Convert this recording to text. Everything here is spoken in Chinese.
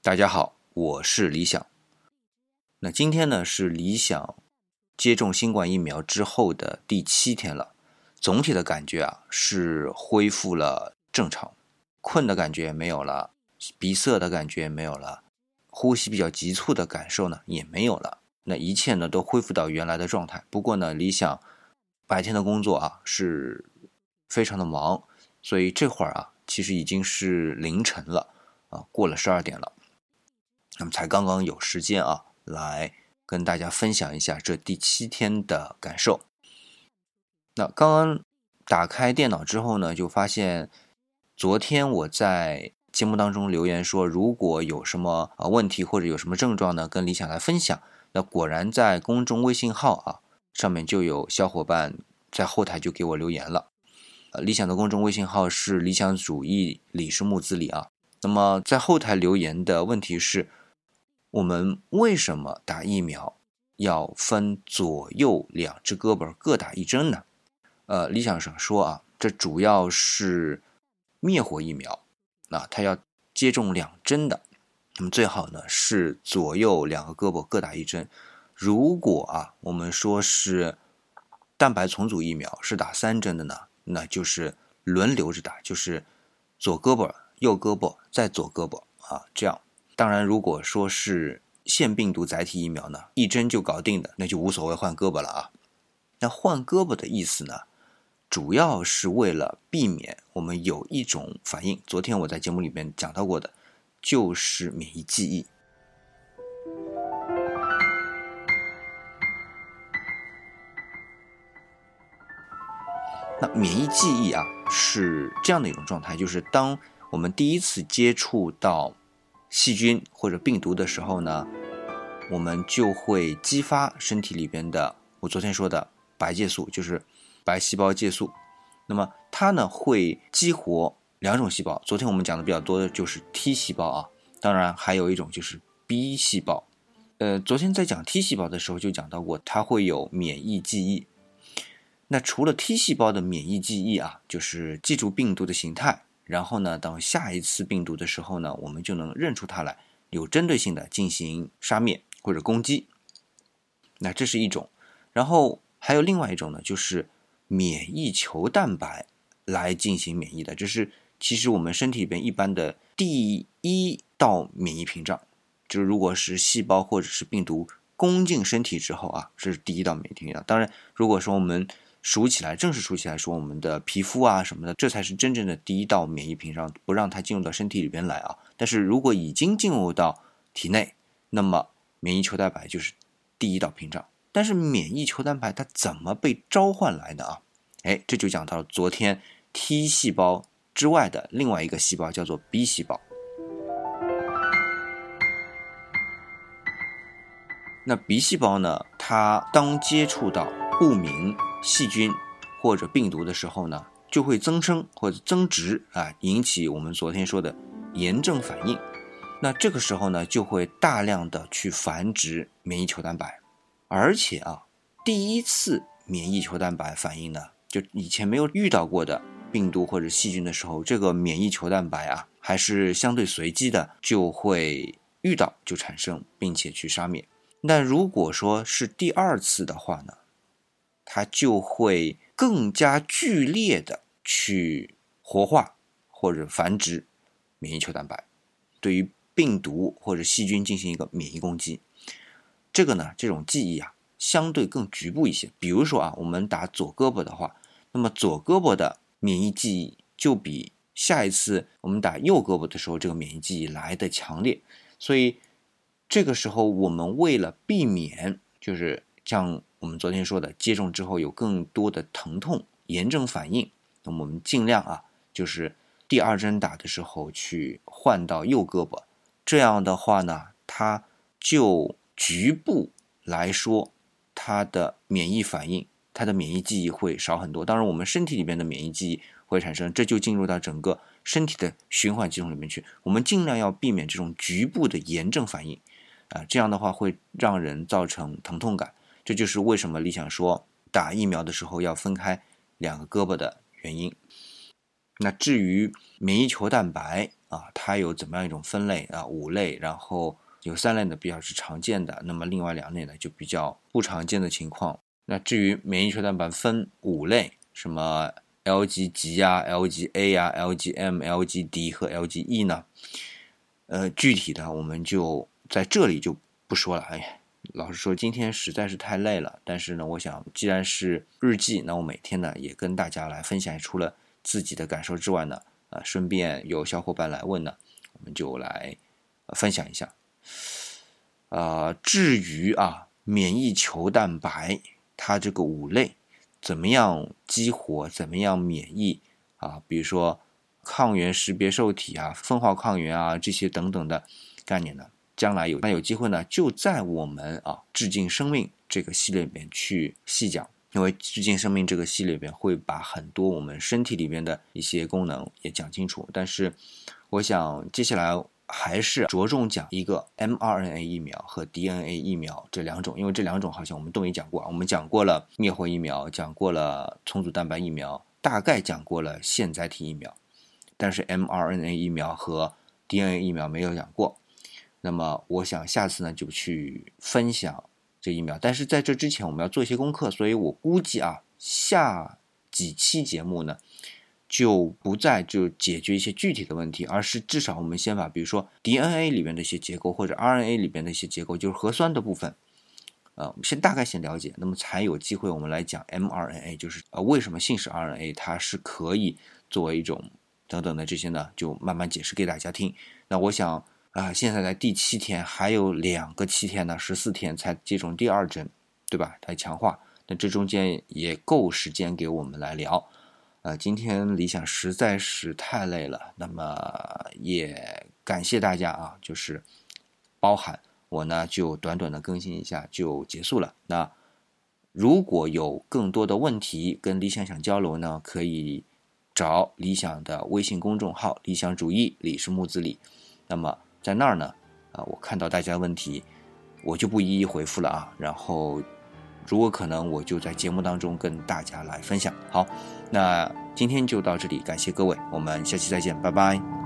大家好，我是李想。那今天呢是李想接种新冠疫苗之后的第7天了，总体的感觉是恢复了正常，困的感觉没有了，鼻塞的感觉没有了，呼吸比较急促的感受呢也没有了。那一切呢都恢复到原来的状态。不过呢，李想白天的工作是非常的忙，所以这会儿其实已经是凌晨了过了12点了。那么才刚刚有时间来跟大家分享一下这第7天的感受。那刚刚打开电脑之后呢，就发现昨天我在节目当中留言说，如果有什么问题或者有什么症状呢，跟理想来分享。那果然在公众微信号上面就有小伙伴在后台就给我留言了。理想的公众微信号是理想主义李是木子李那么在后台留言的问题是，我们为什么打疫苗要分左右2只胳膊各打1针呢？理想上说这主要是灭活疫苗，它要接种2针的，那么最好呢是左右2个胳膊各打1针。如果我们说是蛋白重组疫苗是打3针的呢，那就是轮流着打，就是左胳膊右胳膊再左胳膊这样。当然如果说是腺病毒载体疫苗呢，1针就搞定的，那就无所谓换胳膊了那换胳膊的意思呢，主要是为了避免我们有一种反应，昨天我在节目里面讲到过的，就是免疫记忆。那免疫记忆是这样的一种状态，就是当我们第一次接触到细菌或者病毒的时候呢，我们就会激发身体里边的我昨天说的白介素，就是白细胞介素。那么它呢会激活2种细胞，昨天我们讲的比较多的就是 T 细胞当然还有一种就是 B 细胞。昨天在讲 T 细胞的时候就讲到过，它会有免疫记忆。那除了 T 细胞的免疫记忆就是记住病毒的形态，然后呢到下一次病毒的时候呢，我们就能认出它来，有针对性的进行杀灭或者攻击。那这是一种。然后还有另外一种呢，就是免疫球蛋白来进行免疫的，这是其实我们身体里边一般的第1道免疫屏障，就是如果是细胞或者是病毒攻进身体之后这是第1道免疫屏障。当然如果说我们正式数起来说，我们的皮肤什么的，这才是真正的第1道免疫屏障，不让它进入到身体里边来但是如果已经进入到体内，那么免疫球蛋白就是第1道屏障。但是免疫球蛋白它怎么被召唤来的这就讲到了昨天 T 细胞之外的另外一个细胞，叫做 B 细胞。那 B 细胞呢，它当接触到不明细菌或者病毒的时候呢，就会增生或者增殖引起我们昨天说的炎症反应。那这个时候呢，就会大量的去繁殖免疫球蛋白。而且第一次免疫球蛋白反应呢，就以前没有遇到过的病毒或者细菌的时候，这个免疫球蛋白还是相对随机的，就会遇到就产生并且去杀灭。但如果说是第2次的话呢，它就会更加剧烈的去活化或者繁殖免疫球蛋白，对于病毒或者细菌进行一个免疫攻击。这个呢，这种记忆相对更局部一些。比如说我们打左胳膊的话，那么左胳膊的免疫记忆就比下一次我们打右胳膊的时候这个免疫记忆来的强烈。所以这个时候我们为了避免就是像我们昨天说的接种之后有更多的疼痛炎症反应，那么我们尽量就是第2针打的时候去换到右胳膊。这样的话呢，它就局部来说它的免疫反应它的免疫记忆会少很多。当然我们身体里面的免疫记忆会产生，这就进入到整个身体的循环系统里面去。我们尽量要避免这种局部的炎症反应这样的话会让人造成疼痛感。这就是为什么理想说打疫苗的时候要分开2个胳膊的原因。 那至于免疫球蛋白啊，它有怎么样一种分类啊？5类，然后有3类呢比较是常见的，那么另外2类呢就比较不常见的情况。那至于免疫球蛋白分5类，什么 LGG 啊、LGA 啊、LGM、LGD 和 LGE 呢？具体的我们就在这里就不说了。老实说今天实在是太累了，但是呢我想既然是日记，那我每天呢也跟大家来分享，除了自己的感受之外呢顺便有小伙伴来问呢，我们就来分享一下。至于免疫球蛋白它这个5类怎么样激活，怎么样免疫比如说抗原识别受体分化抗原这些等等的概念呢，将来有机会呢就在我们致敬生命这个系列里面去细讲。因为致敬生命这个系列里面会把很多我们身体里面的一些功能也讲清楚，但是我想接下来还是着重讲一个 mRNA 疫苗和 DNA 疫苗这2种，因为这2种好像我们都没讲过。我们讲过了灭活疫苗，讲过了重组蛋白疫苗，大概讲过了腺载体疫苗，但是 mRNA 疫苗和 DNA 疫苗没有讲过。那么我想下次呢就去分享这疫苗，但是在这之前我们要做一些功课，所以我估计下几期节目呢就不再就解决一些具体的问题，而是至少我们先把比如说 DNA 里面的一些结构或者 RNA 里面的一些结构，就是核酸的部分我们先大概先了解，那么才有机会我们来讲 mRNA， 就是为什么信使 RNA 它是可以作为一种等等的这些呢，就慢慢解释给大家听。那我想现在在第7天，还有2个7天呢，14天才接种第2针，对吧？来强化，那这中间也够时间给我们来聊。今天理想实在是太累了，那么也感谢大家就是包涵我呢，就短短的更新一下就结束了。那如果有更多的问题跟理想想交流呢，可以找理想的微信公众号理想主义，理是木子李。那么在那儿呢我看到大家的问题我就不一一回复了然后如果可能我就在节目当中跟大家来分享。好，那今天就到这里，感谢各位，我们下期再见，拜拜。